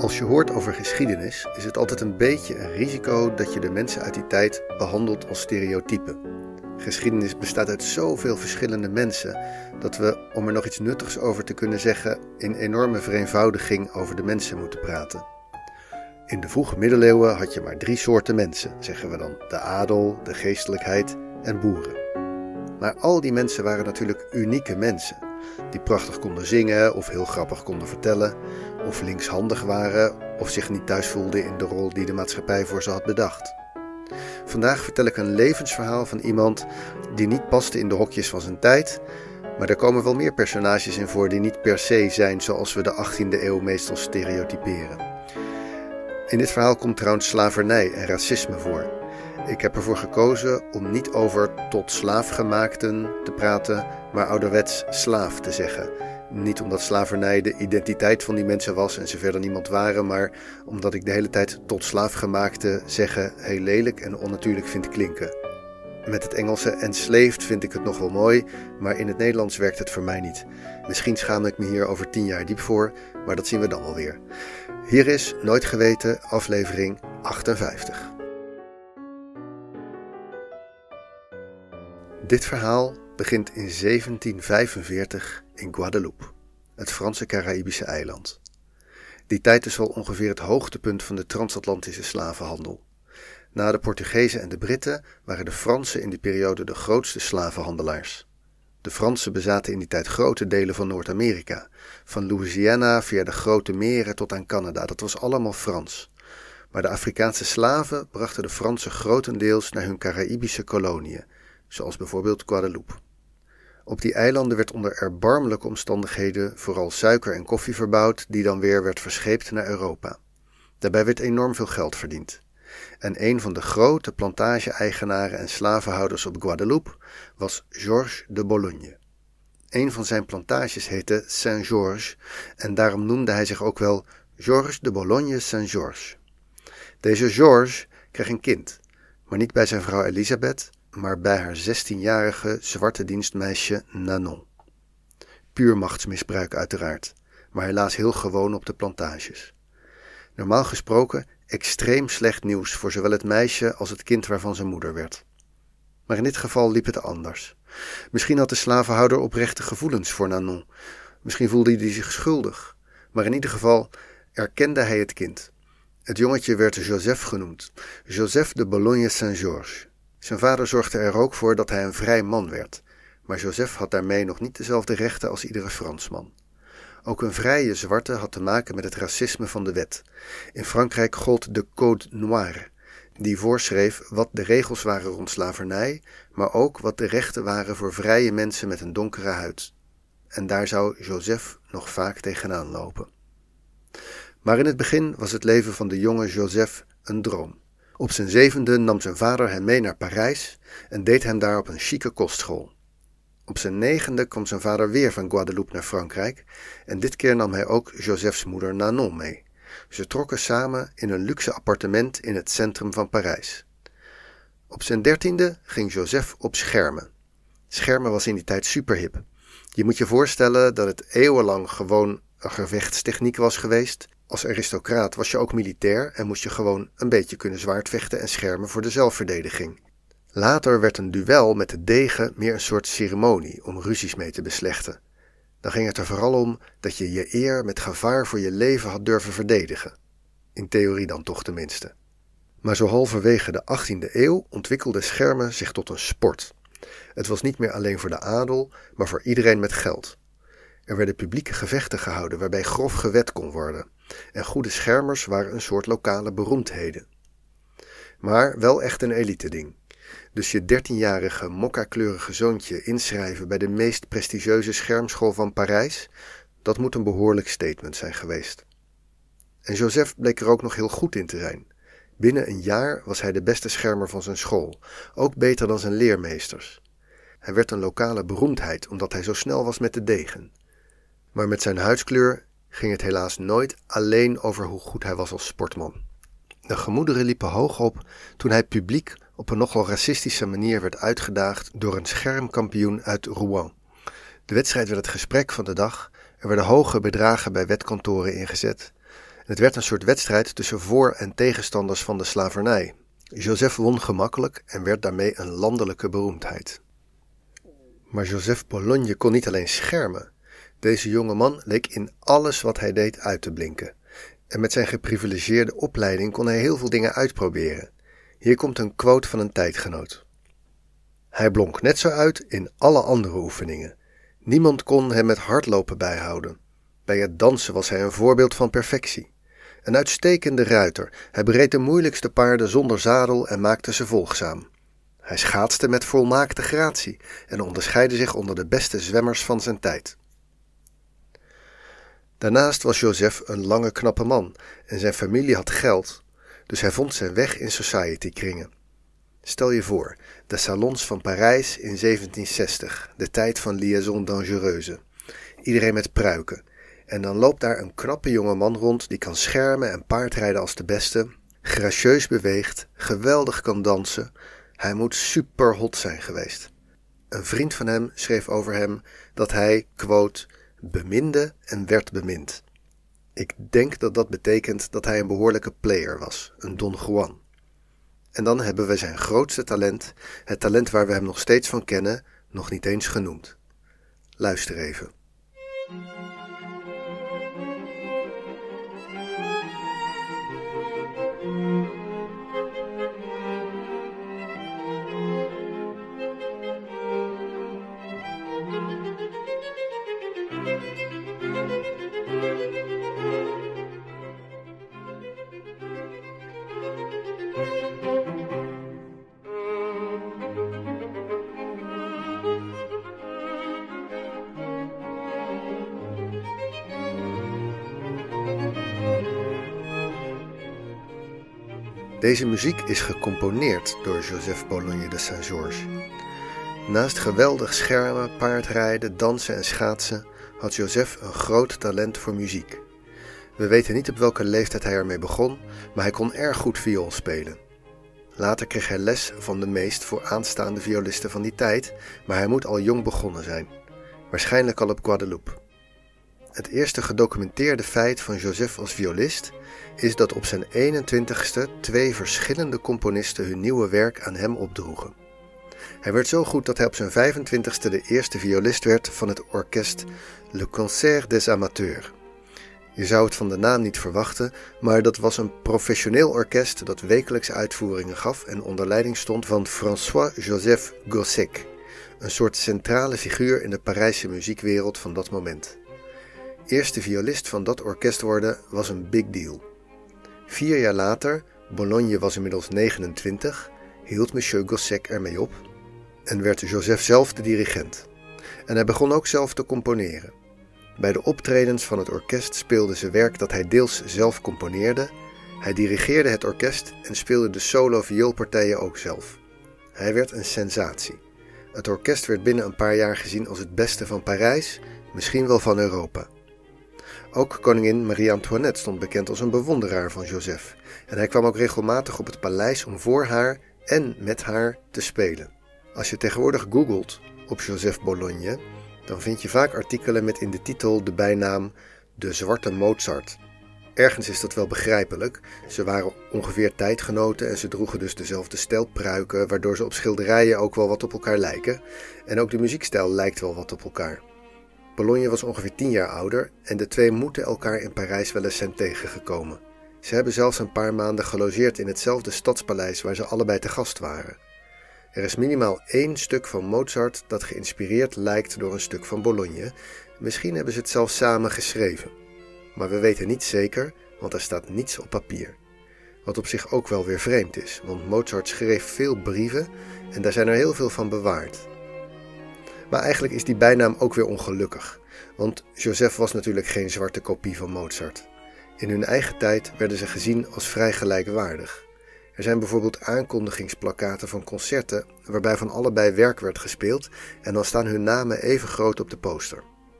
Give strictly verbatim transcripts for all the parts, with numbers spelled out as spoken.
Als je hoort over geschiedenis, is het altijd een beetje een risico dat je de mensen uit die tijd behandelt als stereotypen. Geschiedenis bestaat uit zoveel verschillende mensen, dat we, om er nog iets nuttigs over te kunnen zeggen, in enorme vereenvoudiging over de mensen moeten praten. In de vroege middeleeuwen had je maar drie soorten mensen, zeggen we dan: de adel, de geestelijkheid en boeren. Maar al die mensen waren natuurlijk unieke mensen, die prachtig konden zingen of heel grappig konden vertellen, of linkshandig waren of zich niet thuis voelden in de rol die de maatschappij voor ze had bedacht. Vandaag vertel ik een levensverhaal van iemand die niet paste in de hokjes van zijn tijd, maar er komen wel meer personages in voor die niet per se zijn zoals we de achttiende eeuw meestal stereotyperen. In dit verhaal komt trouwens slavernij en racisme voor. Ik heb ervoor gekozen om niet over tot slaafgemaakten te praten, maar ouderwets slaaf te zeggen. Niet omdat slavernij de identiteit van die mensen was en ze verder niemand waren, maar omdat ik de hele tijd tot slaafgemaakte zeggen heel lelijk en onnatuurlijk vind klinken. Met het Engelse enslaved vind ik het nog wel mooi, maar in het Nederlands werkt het voor mij niet. Misschien schaam ik me hier over tien jaar diep voor, maar dat zien we dan wel weer. Hier is Nooit Geweten, aflevering achtenvijftig. Dit verhaal begint in zeventien vijfenveertig in Guadeloupe, het Franse Caraïbische eiland. Die tijd is wel ongeveer het hoogtepunt van de transatlantische slavenhandel. Na de Portugezen en de Britten waren de Fransen in die periode de grootste slavenhandelaars. De Fransen bezaten in die tijd grote delen van Noord-Amerika, van Louisiana via de grote meren tot aan Canada. Dat was allemaal Frans. Maar de Afrikaanse slaven brachten de Fransen grotendeels naar hun Caraïbische koloniën, zoals bijvoorbeeld Guadeloupe. Op die eilanden werd onder erbarmelijke omstandigheden vooral suiker en koffie verbouwd, die dan weer werd verscheept naar Europa. Daarbij werd enorm veel geld verdiend. En een van de grote plantage-eigenaren en slavenhouders op Guadeloupe was Georges de Bologne. Een van zijn plantages heette Saint-Georges en daarom noemde hij zich ook wel Georges de Bologne Saint-Georges. Deze Georges kreeg een kind, maar niet bij zijn vrouw Elisabeth, maar bij haar zestienjarige zwarte dienstmeisje Nanon. Puur machtsmisbruik uiteraard, maar helaas heel gewoon op de plantages. Normaal gesproken extreem slecht nieuws voor zowel het meisje als het kind waarvan zijn moeder werd. Maar in dit geval liep het anders. Misschien had de slavenhouder oprechte gevoelens voor Nanon. Misschien voelde hij zich schuldig. Maar in ieder geval erkende hij het kind. Het jongetje werd Joseph genoemd. Joseph de Bologne Saint-Georges. Zijn vader zorgde er ook voor dat hij een vrij man werd. Maar Joseph had daarmee nog niet dezelfde rechten als iedere Fransman. Ook een vrije zwarte had te maken met het racisme van de wet. In Frankrijk gold de Code Noir, die voorschreef wat de regels waren rond slavernij, maar ook wat de rechten waren voor vrije mensen met een donkere huid. En daar zou Joseph nog vaak tegenaan lopen. Maar in het begin was het leven van de jonge Joseph een droom. Op zijn zevende nam zijn vader hem mee naar Parijs en deed hem daar op een chique kostschool. Op zijn negende kwam zijn vader weer van Guadeloupe naar Frankrijk en dit keer nam hij ook Josephs moeder Nanon mee. Ze trokken samen in een luxe appartement in het centrum van Parijs. Op zijn dertiende ging Joseph op schermen. Schermen was in die tijd superhip. Je moet je voorstellen dat het eeuwenlang gewoon een gevechtstechniek was geweest. Als aristocraat was je ook militair en moest je gewoon een beetje kunnen zwaardvechten en schermen voor de zelfverdediging. Later werd een duel met de degen meer een soort ceremonie om ruzies mee te beslechten. Dan ging het er vooral om dat je je eer met gevaar voor je leven had durven verdedigen. In theorie dan toch tenminste. Maar zo halverwege de achttiende eeuw ontwikkelde schermen zich tot een sport. Het was niet meer alleen voor de adel, maar voor iedereen met geld. Er werden publieke gevechten gehouden waarbij grof gewed kon worden. En goede schermers waren een soort lokale beroemdheden. Maar wel echt een elite-ding. Dus je dertienjarige mokka-kleurige zoontje inschrijven bij de meest prestigieuze schermschool van Parijs, dat moet een behoorlijk statement zijn geweest. En Joseph bleek er ook nog heel goed in te zijn. Binnen een jaar was hij de beste schermer van zijn school, ook beter dan zijn leermeesters. Hij werd een lokale beroemdheid omdat hij zo snel was met de degen. Maar met zijn huidskleur ging het helaas nooit alleen over hoe goed hij was als sportman. De gemoederen liepen hoog op toen hij publiek op een nogal racistische manier werd uitgedaagd door een schermkampioen uit Rouen. De wedstrijd werd het gesprek van de dag, er werden hoge bedragen bij wetkantoren ingezet Het werd een soort wedstrijd tussen voor- en tegenstanders van de slavernij. Joseph won gemakkelijk en werd daarmee een landelijke beroemdheid. Maar Joseph Bologne kon niet alleen schermen. Deze jonge man leek in alles wat hij deed uit te blinken. En met zijn geprivilegeerde opleiding kon hij heel veel dingen uitproberen. Hier komt een quote van een tijdgenoot. Hij blonk net zo uit in alle andere oefeningen. Niemand kon hem met hardlopen bijhouden. Bij het dansen was hij een voorbeeld van perfectie. Een uitstekende ruiter. Hij bereed de moeilijkste paarden zonder zadel en maakte ze volgzaam. Hij schaatste met volmaakte gratie en onderscheidde zich onder de beste zwemmers van zijn tijd. Daarnaast was Joseph een lange knappe man en zijn familie had geld, dus hij vond zijn weg in society-kringen. Stel je voor, de salons van Parijs in zeventien zestig, de tijd van liaison dangereuse. Iedereen met pruiken. En dan loopt daar een knappe jonge man rond die kan schermen en paardrijden als de beste, gracieus beweegt, geweldig kan dansen. Hij moet superhot zijn geweest. Een vriend van hem schreef over hem dat hij, quote, beminde en werd bemind. Ik denk dat dat betekent dat hij een behoorlijke player was, een Don Juan. En dan hebben we zijn grootste talent, het talent waar we hem nog steeds van kennen, nog niet eens genoemd. Luister even. Deze muziek is gecomponeerd door Joseph Bologne de Saint-Georges. Naast geweldig schermen, paardrijden, dansen en schaatsen had Joseph een groot talent voor muziek. We weten niet op welke leeftijd hij ermee begon, maar hij kon erg goed viool spelen. Later kreeg hij les van de meest vooraanstaande violisten van die tijd, maar hij moet al jong begonnen zijn. Waarschijnlijk al op Guadeloupe. Het eerste gedocumenteerde feit van Joseph als violist is dat op zijn eenentwintigste twee verschillende componisten hun nieuwe werk aan hem opdroegen. Hij werd zo goed dat hij op zijn vijfentwintigste de eerste violist werd van het orkest Le Concert des Amateurs. Je zou het van de naam niet verwachten, maar dat was een professioneel orkest dat wekelijks uitvoeringen gaf en onder leiding stond van François-Joseph Gossec, een soort centrale figuur in de Parijse muziekwereld van dat moment. Eerste violist van dat orkest worden was een big deal. Vier jaar later, Bologne was inmiddels negenentwintig, hield monsieur Gossec ermee op en werd Joseph zelf de dirigent. En hij begon ook zelf te componeren. Bij de optredens van het orkest speelde ze werk dat hij deels zelf componeerde. Hij dirigeerde het orkest en speelde de solo-vioolpartijen ook zelf. Hij werd een sensatie. Het orkest werd binnen een paar jaar gezien als het beste van Parijs, misschien wel van Europa. Ook koningin Marie-Antoinette stond bekend als een bewonderaar van Joseph. En hij kwam ook regelmatig op het paleis om voor haar en met haar te spelen. Als je tegenwoordig googelt op Joseph Bologne, dan vind je vaak artikelen met in de titel de bijnaam de Zwarte Mozart. Ergens is dat wel begrijpelijk. Ze waren ongeveer tijdgenoten en ze droegen dus dezelfde stijl pruiken, waardoor ze op schilderijen ook wel wat op elkaar lijken. En ook de muziekstijl lijkt wel wat op elkaar. Bologne was ongeveer tien jaar ouder en de twee moeten elkaar in Parijs wel eens zijn tegengekomen. Ze hebben zelfs een paar maanden gelogeerd in hetzelfde stadspaleis waar ze allebei te gast waren. Er is minimaal één stuk van Mozart dat geïnspireerd lijkt door een stuk van Bologne. Misschien hebben ze het zelfs samen geschreven. Maar we weten niet zeker, want er staat niets op papier. Wat op zich ook wel weer vreemd is, want Mozart schreef veel brieven en daar zijn er heel veel van bewaard. Maar eigenlijk is die bijnaam ook weer ongelukkig, want Joseph was natuurlijk geen zwarte kopie van Mozart. In hun eigen tijd werden ze gezien als vrij gelijkwaardig. Er zijn bijvoorbeeld aankondigingsplakkaten van concerten waarbij van allebei werk werd gespeeld en dan staan hun namen even groot op de poster.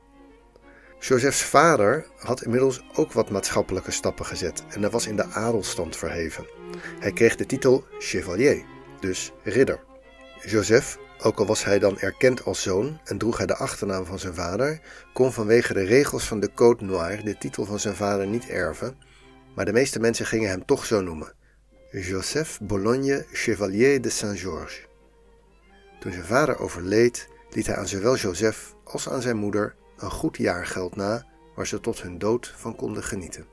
Josephs vader had inmiddels ook wat maatschappelijke stappen gezet en hij was in de adelstand verheven. Hij kreeg de titel chevalier, dus ridder. Joseph, ook al was hij dan erkend als zoon en droeg hij de achternaam van zijn vader, kon vanwege de regels van de Code Noir de titel van zijn vader niet erven, maar de meeste mensen gingen hem toch zo noemen. Joseph Bologne Chevalier de Saint-Georges. Toen zijn vader overleed, liet hij aan zowel Joseph als aan zijn moeder een goed jaargeld na, waar ze tot hun dood van konden genieten.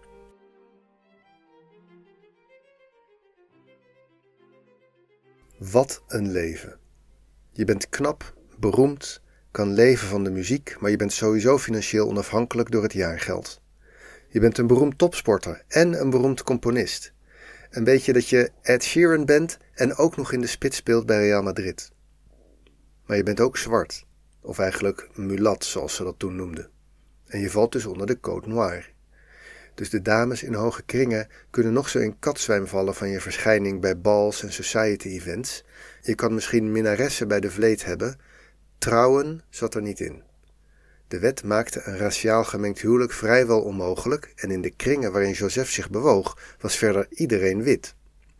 Wat een leven. Je bent knap, beroemd, kan leven van de muziek, maar je bent sowieso financieel onafhankelijk door het jaargeld. Je bent een beroemd topsporter en een beroemd componist. Een beetje dat je Ed Sheeran bent en ook nog in de spits speelt bij Real Madrid. Maar je bent ook zwart, of eigenlijk mulat zoals ze dat toen noemden. En je valt dus onder de code noire. Dus de dames in hoge kringen kunnen nog zo in katzwijm vallen van je verschijning bij bals en society events. Je kan misschien minnaressen bij de vleet hebben. Trouwen zat er niet in. De wet maakte een raciaal gemengd huwelijk vrijwel onmogelijk en in de kringen waarin Joseph zich bewoog was verder iedereen wit.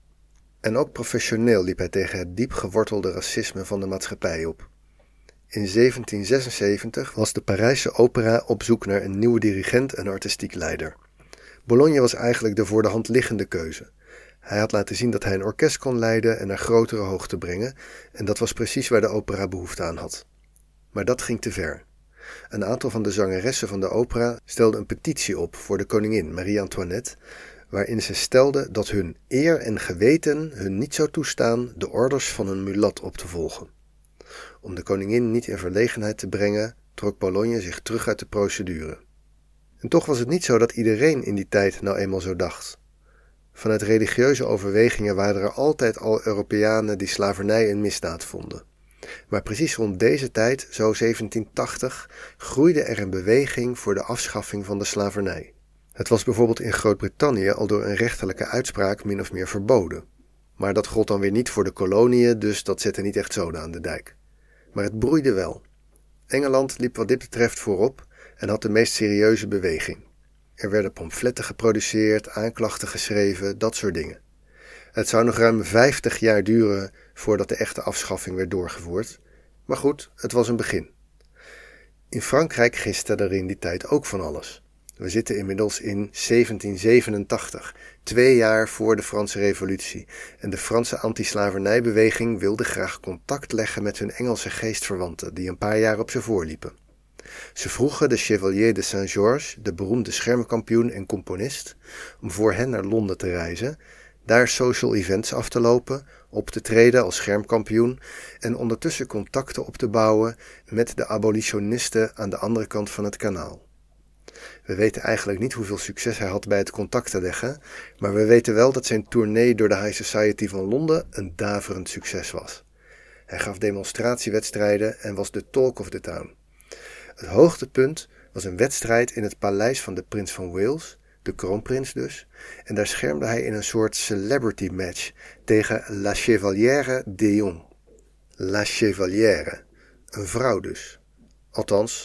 En ook professioneel liep hij tegen het diep gewortelde racisme van de maatschappij op. In zeventien zesenzeventig was de Parijse opera op zoek naar een nieuwe dirigent en artistiek leider. Bologne was eigenlijk de voor de hand liggende keuze. Hij had laten zien dat hij een orkest kon leiden en naar grotere hoogte brengen, en dat was precies waar de opera behoefte aan had. Maar dat ging te ver. Een aantal van de zangeressen van de opera stelde een petitie op voor de koningin Marie-Antoinette, waarin ze stelde dat hun eer en geweten hun niet zou toestaan de orders van een mulat op te volgen. Om de koningin niet in verlegenheid te brengen, trok Bologne zich terug uit de procedure. En toch was het niet zo dat iedereen in die tijd nou eenmaal zo dacht. Vanuit religieuze overwegingen waren er altijd al Europeanen die slavernij een misdaad vonden. Maar precies rond deze tijd, zo zeventien tachtig, groeide er een beweging voor de afschaffing van de slavernij. Het was bijvoorbeeld in Groot-Brittannië al door een rechterlijke uitspraak min of meer verboden. Maar dat gold dan weer niet voor de koloniën, dus dat zette niet echt zoden aan de dijk. Maar het broeide wel. Engeland liep wat dit betreft voorop en had de meest serieuze beweging. Er werden pamfletten geproduceerd, aanklachten geschreven, dat soort dingen. Het zou nog ruim vijftig jaar duren voordat de echte afschaffing werd doorgevoerd. Maar goed, het was een begin. In Frankrijk giste er in die tijd ook van alles. We zitten inmiddels in zeventien zevenentachtig, twee jaar voor de Franse Revolutie, en de Franse anti-slavernijbeweging wilde graag contact leggen met hun Engelse geestverwanten die een paar jaar op ze voorliepen. Ze vroegen de Chevalier de Saint-Georges, de beroemde schermkampioen en componist, om voor hen naar Londen te reizen, daar social events af te lopen, op te treden als schermkampioen en ondertussen contacten op te bouwen met de abolitionisten aan de andere kant van het kanaal. We weten eigenlijk niet hoeveel succes hij had bij het contacten leggen, maar we weten wel dat zijn tournee door de High Society van Londen een daverend succes was. Hij gaf demonstratiewedstrijden en was de talk of the town. Het hoogtepunt was een wedstrijd in het paleis van de prins van Wales, de kroonprins dus, en daar schermde hij in een soort celebrity match tegen La Chevalière d'Eon. La Chevalière, een vrouw dus. Althans,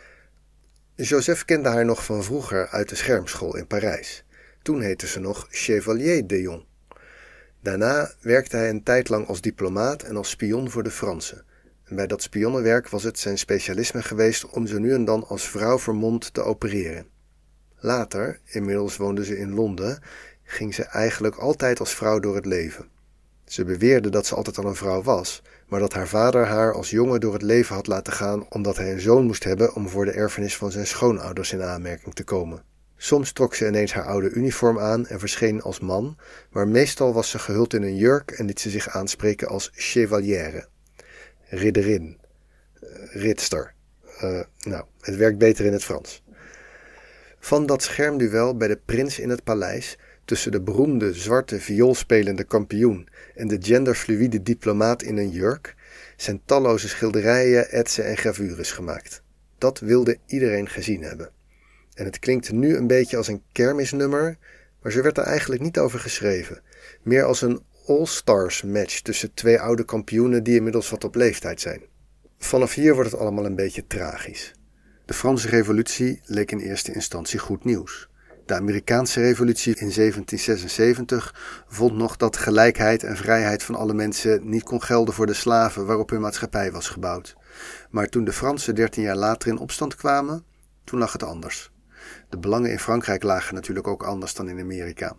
Joseph kende haar nog van vroeger uit de schermschool in Parijs. Toen heette ze nog Chevalier d'Eon. Daarna werkte hij een tijd lang als diplomaat en als spion voor de Fransen. En bij dat spionnenwerk was het zijn specialisme geweest om zo nu en dan als vrouw vermomd te opereren. Later, inmiddels woonde ze in Londen, ging ze eigenlijk altijd als vrouw door het leven. Ze beweerde dat ze altijd al een vrouw was, maar dat haar vader haar als jongen door het leven had laten gaan omdat hij een zoon moest hebben om voor de erfenis van zijn schoonouders in aanmerking te komen. Soms trok ze ineens haar oude uniform aan en verscheen als man, maar meestal was ze gehuld in een jurk en liet ze zich aanspreken als chevalière. Ridderin, ridster. Uh, nou, het werkt beter in het Frans. Van dat schermduel bij de prins in het paleis tussen de beroemde zwarte vioolspelende kampioen en de genderfluïde diplomaat in een jurk zijn talloze schilderijen, etsen en gravures gemaakt. Dat wilde iedereen gezien hebben. En het klinkt nu een beetje als een kermisnummer, maar zo werd er eigenlijk niet over geschreven. Meer als een all-stars match tussen twee oude kampioenen die inmiddels wat op leeftijd zijn. Vanaf hier wordt het allemaal een beetje tragisch. De Franse Revolutie leek in eerste instantie goed nieuws. De Amerikaanse Revolutie in zeventien zesenzeventig vond nog dat gelijkheid en vrijheid van alle mensen niet kon gelden voor de slaven waarop hun maatschappij was gebouwd. Maar toen de Fransen dertien jaar later in opstand kwamen, toen lag het anders. De belangen in Frankrijk lagen natuurlijk ook anders dan in Amerika.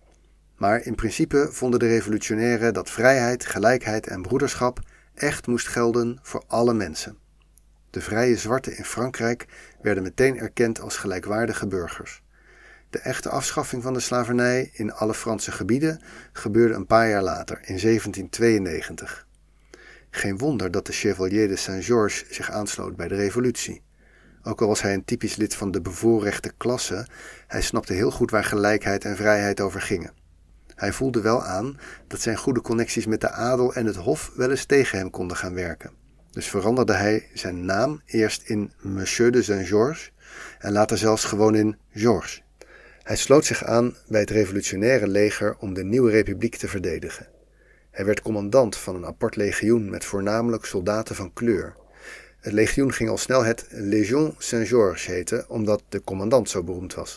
Maar in principe vonden de revolutionairen dat vrijheid, gelijkheid en broederschap echt moest gelden voor alle mensen. De vrije zwarten in Frankrijk werden meteen erkend als gelijkwaardige burgers. De echte afschaffing van de slavernij in alle Franse gebieden gebeurde een paar jaar later, in zeventien tweeënnegentig. Geen wonder dat de Chevalier de Saint-Georges zich aansloot bij de revolutie. Ook al was hij een typisch lid van de bevoorrechte klasse, hij snapte heel goed waar gelijkheid en vrijheid over gingen. Hij voelde wel aan dat zijn goede connecties met de adel en het hof wel eens tegen hem konden gaan werken. Dus veranderde hij zijn naam eerst in Monsieur de Saint-Georges en later zelfs gewoon in Georges. Hij sloot zich aan bij het revolutionaire leger om de nieuwe republiek te verdedigen. Hij werd commandant van een apart legioen met voornamelijk soldaten van kleur. Het legioen ging al snel het Légion Saint-Georges heten, omdat de commandant zo beroemd was.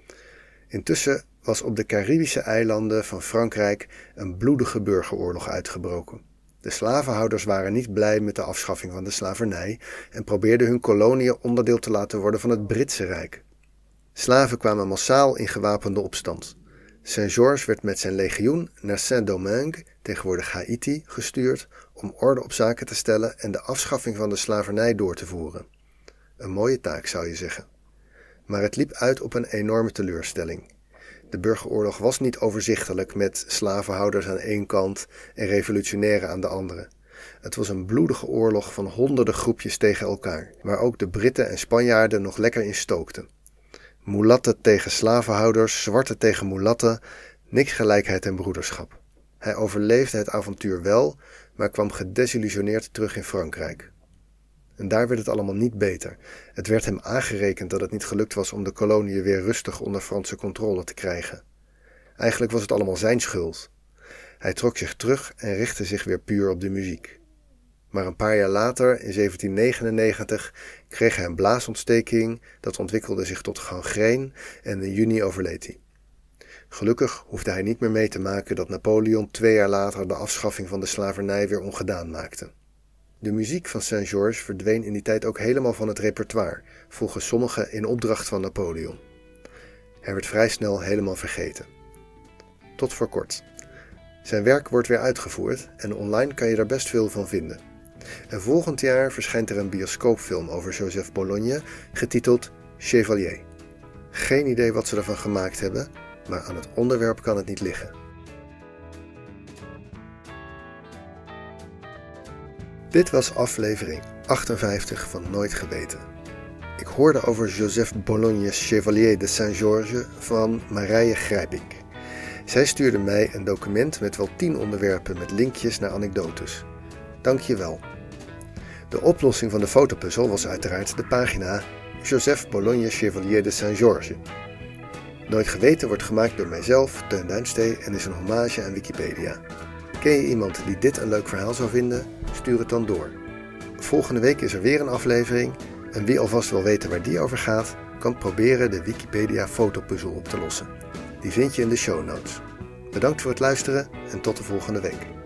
Intussen was op de Caribische eilanden van Frankrijk een bloedige burgeroorlog uitgebroken. De slavenhouders waren niet blij met de afschaffing van de slavernij en probeerden hun koloniën onderdeel te laten worden van het Britse Rijk. Slaven kwamen massaal in gewapende opstand. Saint-Georges werd met zijn legioen naar Saint-Domingue, tegenwoordig Haïti, gestuurd om orde op zaken te stellen en de afschaffing van de slavernij door te voeren. Een mooie taak, zou je zeggen. Maar het liep uit op een enorme teleurstelling. De burgeroorlog was niet overzichtelijk met slavenhouders aan één kant en revolutionairen aan de andere. Het was een bloedige oorlog van honderden groepjes tegen elkaar, waar ook de Britten en Spanjaarden nog lekker in stookten. Mulatten tegen slavenhouders, zwarte tegen mulatten, niks gelijkheid en broederschap. Hij overleefde het avontuur wel, maar kwam gedesillusioneerd terug in Frankrijk. En daar werd het allemaal niet beter. Het werd hem aangerekend dat het niet gelukt was om de koloniën weer rustig onder Franse controle te krijgen. Eigenlijk was het allemaal zijn schuld. Hij trok zich terug en richtte zich weer puur op de muziek. Maar een paar jaar later, in zeventien negenennegentig, kreeg hij een blaasontsteking, dat ontwikkelde zich tot gangreen en in juni overleed hij. Gelukkig hoefde hij niet meer mee te maken dat Napoleon twee jaar later de afschaffing van de slavernij weer ongedaan maakte. De muziek van Saint-Georges verdween in die tijd ook helemaal van het repertoire, volgens sommigen in opdracht van Napoleon. Hij werd vrij snel helemaal vergeten. Tot voor kort. Zijn werk wordt weer uitgevoerd en online kan je daar best veel van vinden. En volgend jaar verschijnt er een bioscoopfilm over Joseph Bologne, getiteld Chevalier. Geen idee wat ze ervan gemaakt hebben, maar aan het onderwerp kan het niet liggen. Dit was aflevering achtenvijftig van Nooit Geweten. Ik hoorde over Joseph Bologne's Chevalier de Saint-Georges van Marije Grijpink. Zij stuurde mij een document met wel tien onderwerpen met linkjes naar anekdotes. Dank je wel. De oplossing van de fotopuzzel was uiteraard de pagina Joseph Bologne Chevalier de Saint-Georges. Nooit Geweten wordt gemaakt door mijzelf, Teun Duinstee, en is een hommage aan Wikipedia. Ken je iemand die dit een leuk verhaal zou vinden? Stuur het dan door. Volgende week is er weer een aflevering en wie alvast wil weten waar die over gaat, kan proberen de Wikipedia fotopuzzel op te lossen. Die vind je in de show notes. Bedankt voor het luisteren en tot de volgende week.